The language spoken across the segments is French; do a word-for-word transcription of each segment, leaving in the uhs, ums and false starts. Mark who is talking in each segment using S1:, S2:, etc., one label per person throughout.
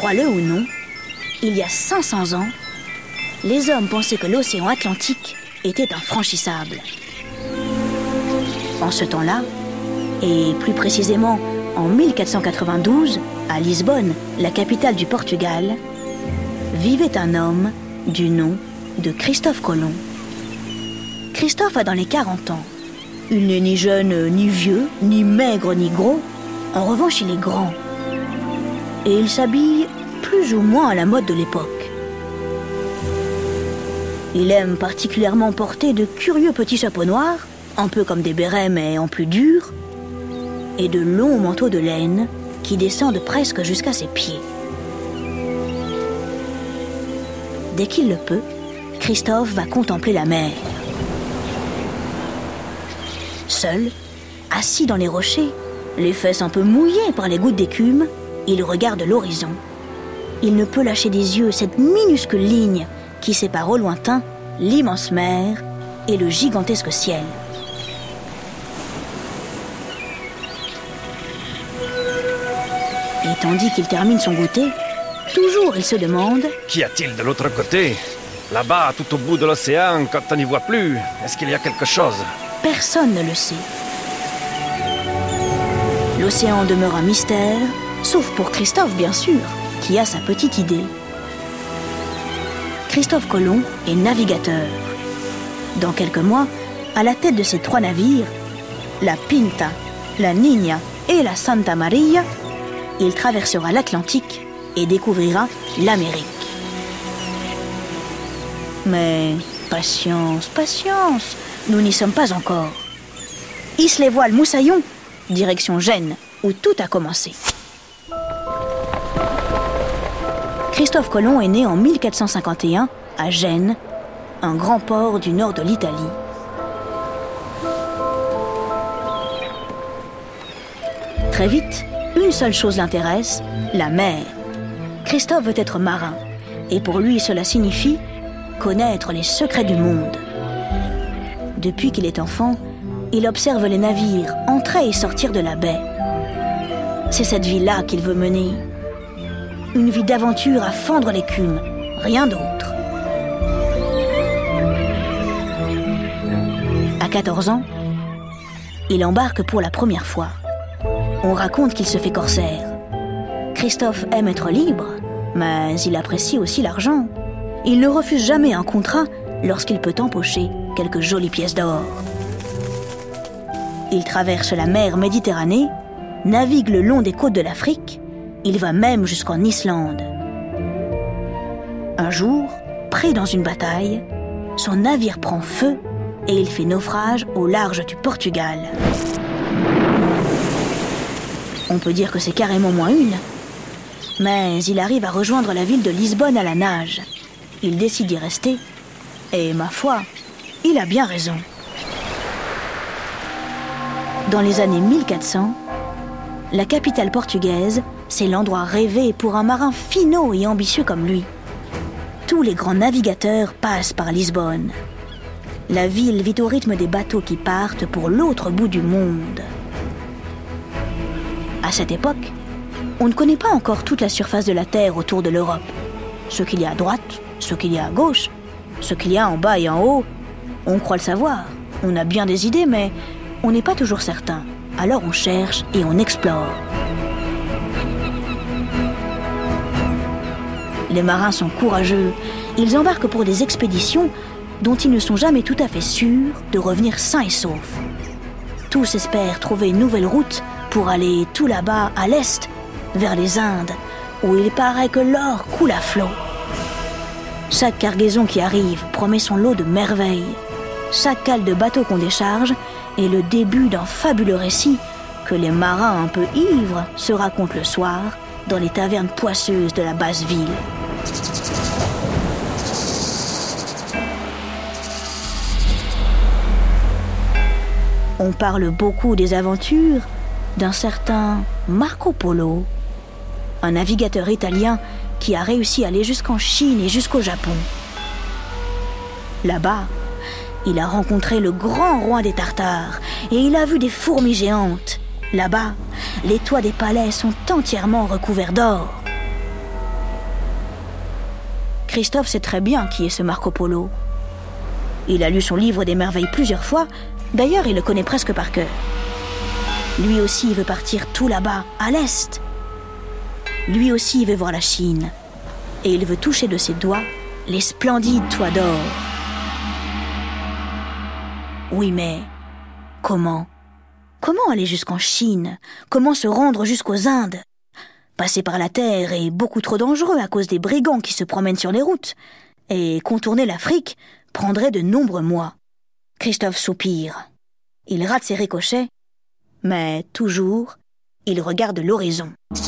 S1: Crois-le ou non, il y a cinq cents ans, les hommes pensaient que l'océan Atlantique était infranchissable. En ce temps-là, et plus précisément en mille quatre cent quatre-vingt-douze, à Lisbonne, la capitale du Portugal, vivait un homme du nom de Christophe Colomb. Christophe a dans les quarante ans. Il n'est ni jeune, ni vieux, ni maigre, ni gros. En revanche, il est grand. Et il s'habille plus ou moins à la mode de l'époque. Il aime particulièrement porter de curieux petits chapeaux noirs, un peu comme des bérets mais en plus dur, et de longs manteaux de laine qui descendent presque jusqu'à ses pieds. Dès qu'il le peut, Christophe va contempler la mer. Seul, assis dans les rochers, les fesses un peu mouillées par les gouttes d'écume, il regarde l'horizon. Il ne peut lâcher des yeux cette minuscule ligne qui sépare au lointain l'immense mer et le gigantesque ciel. Et tandis qu'il termine son goûter, toujours il se demande:
S2: qu'y a-t-il de l'autre côté? Là-bas, tout au bout de l'océan, quand on n'y voit plus, est-ce qu'il y a quelque chose?
S1: Personne ne le sait. L'océan demeure un mystère, sauf pour Christophe, bien sûr, qui a sa petite idée. Christophe Colomb est navigateur. Dans quelques mois, à la tête de ces trois navires, la Pinta, la Niña et la Santa Maria, il traversera l'Atlantique et découvrira l'Amérique. Mais patience, patience, nous n'y sommes pas encore. Hisse les voiles, moussaillon, direction Gênes, où tout a commencé. Christophe Colomb est né en mille quatre cent cinquante et un à Gênes, un grand port du nord de l'Italie. Très vite, une seule chose l'intéresse, la mer. Christophe veut être marin, et pour lui cela signifie connaître les secrets du monde. Depuis qu'il est enfant, il observe les navires entrer et sortir de la baie. C'est cette vie-là qu'il veut mener. Une vie d'aventure à fendre l'écume, rien d'autre. À quatorze ans, il embarque pour la première fois. On raconte qu'il se fait corsaire. Christophe aime être libre, mais il apprécie aussi l'argent. Il ne refuse jamais un contrat lorsqu'il peut empocher quelques jolies pièces d'or. Il traverse la mer Méditerranée, navigue le long des côtes de l'Afrique, il va même jusqu'en Islande. Un jour, pris dans une bataille, son navire prend feu et il fait naufrage au large du Portugal. On peut dire que c'est carrément moins une, mais il arrive à rejoindre la ville de Lisbonne à la nage. Il décide d'y rester, et ma foi, il a bien raison. Dans les années mille quatre cents, la capitale portugaise, c'est l'endroit rêvé pour un marin finaud et ambitieux comme lui. Tous les grands navigateurs passent par Lisbonne. La ville vit au rythme des bateaux qui partent pour l'autre bout du monde. À cette époque, on ne connaît pas encore toute la surface de la Terre autour de l'Europe. Ce qu'il y a à droite, ce qu'il y a à gauche, ce qu'il y a en bas et en haut, on croit le savoir. On a bien des idées, mais on n'est pas toujours certain. Alors on cherche et on explore. Les marins sont courageux. Ils embarquent pour des expéditions dont ils ne sont jamais tout à fait sûrs de revenir sains et saufs. Tous espèrent trouver une nouvelle route pour aller tout là-bas à l'est, vers les Indes, où il paraît que l'or coule à flot. Chaque cargaison qui arrive promet son lot de merveilles. Chaque cale de bateau qu'on décharge est le début d'un fabuleux récit que les marins un peu ivres se racontent le soir dans les tavernes poisseuses de la basse ville. On parle beaucoup des aventures d'un certain Marco Polo, un navigateur italien qui a réussi à aller jusqu'en Chine et jusqu'au Japon. Là-bas, il a rencontré le grand roi des Tartares et il a vu des fourmis géantes. Là-bas, les toits des palais sont entièrement recouverts d'or. Christophe sait très bien qui est ce Marco Polo. Il a lu son livre des merveilles plusieurs fois, d'ailleurs il le connaît presque par cœur. Lui aussi il veut partir tout là-bas, à l'est. Lui aussi il veut voir la Chine. Et il veut toucher de ses doigts les splendides toits d'or. Oui, mais comment ? Comment aller jusqu'en Chine ? Comment se rendre jusqu'aux Indes ? Passer par la terre est beaucoup trop dangereux à cause des brigands qui se promènent sur les routes. Et contourner l'Afrique prendrait de nombreux mois. Christophe soupire. Il rate ses ricochets, mais toujours, il regarde l'horizon.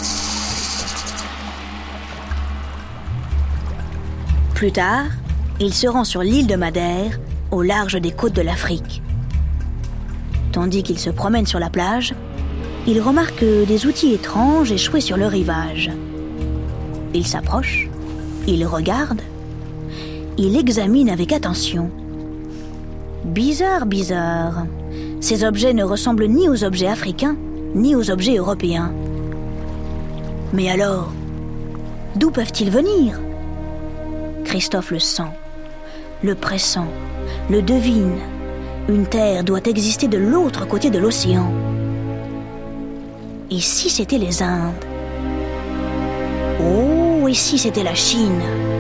S1: Plus tard, il se rend sur l'île de Madère, au large des côtes de l'Afrique. Tandis qu'il se promène sur la plage, il remarque des outils étranges échoués sur le rivage. Il s'approche, il regarde, il examine avec attention. Bizarre, bizarre. Ces objets ne ressemblent ni aux objets africains, ni aux objets européens. Mais alors, d'où peuvent-ils venir ? Christophe le sent, le pressent, le devine. Une terre doit exister de l'autre côté de l'océan. Et si c'était les Indes ? Oh, et si c'était la Chine ?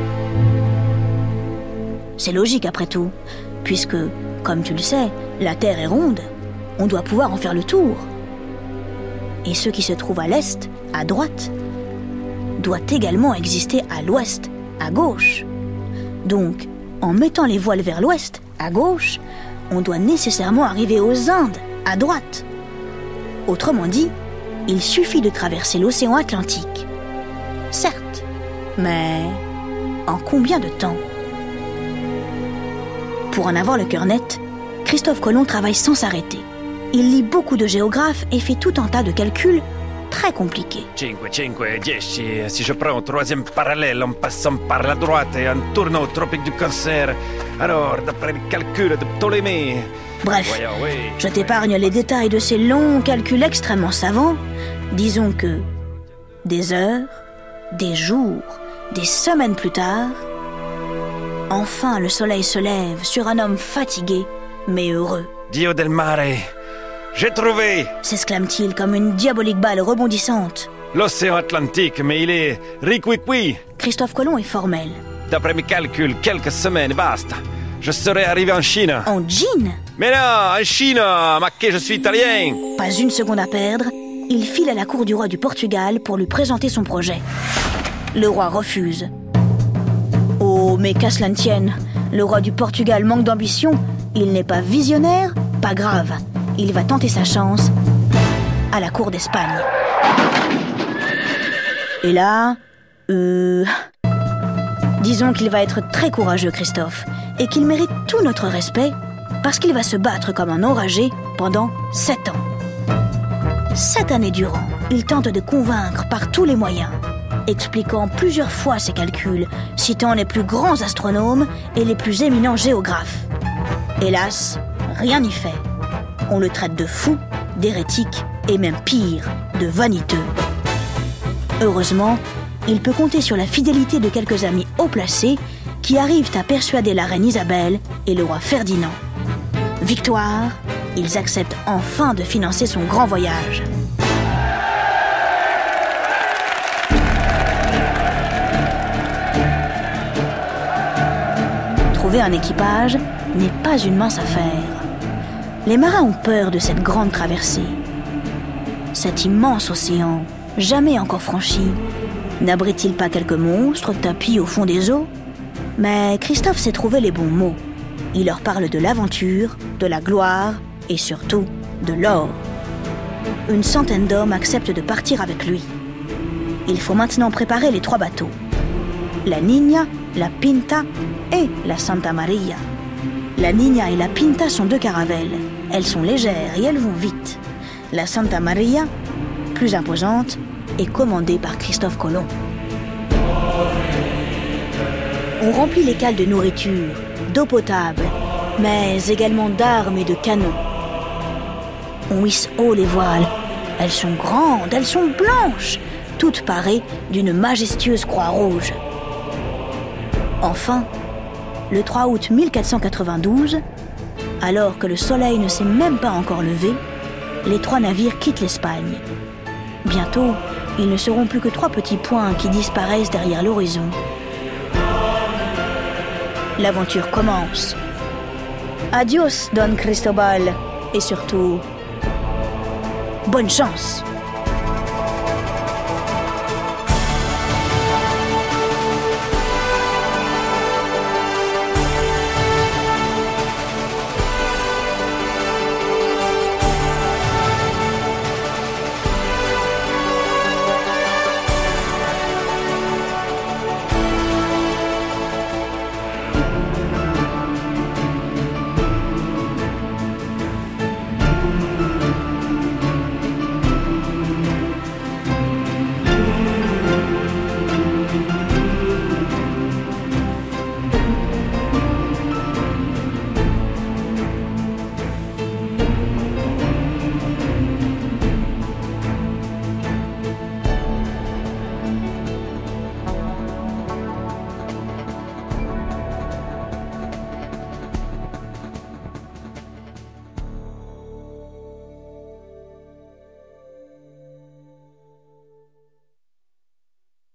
S1: C'est logique après tout, puisque, comme tu le sais, la terre est ronde. On doit pouvoir en faire le tour. Et ce qui se trouve à l'est, à droite, doit également exister à l'ouest, à gauche. Donc, en mettant les voiles vers l'ouest, à gauche, on doit nécessairement arriver aux Indes, à droite. Autrement dit, il suffit de traverser l'océan Atlantique. Certes, mais en combien de temps ? Pour en avoir le cœur net, Christophe Colomb travaille sans s'arrêter. Il lit beaucoup de géographes et fait tout un tas de calculs très compliqué.
S2: cinq, cinq, dix. Si je prends un troisième parallèle en passant par la droite et en tournant au tropique du Cancer, alors, d'après les calculs de Ptolémée...
S1: Bref,
S2: Voyons, oui,
S1: je t'épargne les détails de ces longs calculs extrêmement savants. Disons que des heures, des jours, des semaines plus tard, enfin le soleil se lève sur un homme fatigué, mais heureux.
S2: Dio del mare, j'ai trouvé!
S1: S'exclame-t-il comme une diabolique balle rebondissante.
S2: L'océan Atlantique, mais il est riquiqui.
S1: Christophe Colomb est formel.
S2: D'après mes calculs, quelques semaines, basta. Je serai arrivé en Chine.
S1: En jean ?
S2: Mais non, en Chine, ma que je suis italien.
S1: Pas une seconde à perdre, il file à la cour du roi du Portugal pour lui présenter son projet. Le roi refuse. Oh, mais qu'à cela ne tienne, le roi du Portugal manque d'ambition, il n'est pas visionnaire, pas grave. Il va tenter sa chance à la cour d'Espagne. Et là, euh... disons qu'il va être très courageux, Christophe, et qu'il mérite tout notre respect parce qu'il va se battre comme un enragé pendant sept ans. Sept années durant, il tente de convaincre par tous les moyens, expliquant plusieurs fois ses calculs, citant les plus grands astronomes et les plus éminents géographes. Hélas, rien n'y fait. On le traite de fou, d'hérétique et même pire, de vaniteux. Heureusement, il peut compter sur la fidélité de quelques amis haut placés qui arrivent à persuader la reine Isabelle et le roi Ferdinand. Victoire, ils acceptent enfin de financer son grand voyage. Trouver un équipage n'est pas une mince affaire. Les marins ont peur de cette grande traversée. Cet immense océan, jamais encore franchi, n'abrite-t-il pas quelques monstres tapis au fond des eaux ? Mais Christophe sait trouver les bons mots. Il leur parle de l'aventure, de la gloire et surtout de l'or. Une centaine d'hommes acceptent de partir avec lui. Il faut maintenant préparer les trois bateaux. La Niña, la Pinta et la Santa Maria. La Niña et la Pinta sont deux caravelles. Elles sont légères et elles vont vite. La Santa Maria, plus imposante, est commandée par Christophe Colomb. On remplit les cales de nourriture, d'eau potable, mais également d'armes et de canons. On hisse haut les voiles. Elles sont grandes, elles sont blanches, toutes parées d'une majestueuse croix rouge. Enfin, le trois août mille quatre cent quatre-vingt-douze, alors que le soleil ne s'est même pas encore levé, les trois navires quittent l'Espagne. Bientôt, ils ne seront plus que trois petits points qui disparaissent derrière l'horizon. L'aventure commence. Adios, Don Cristobal, et surtout, bonne chance!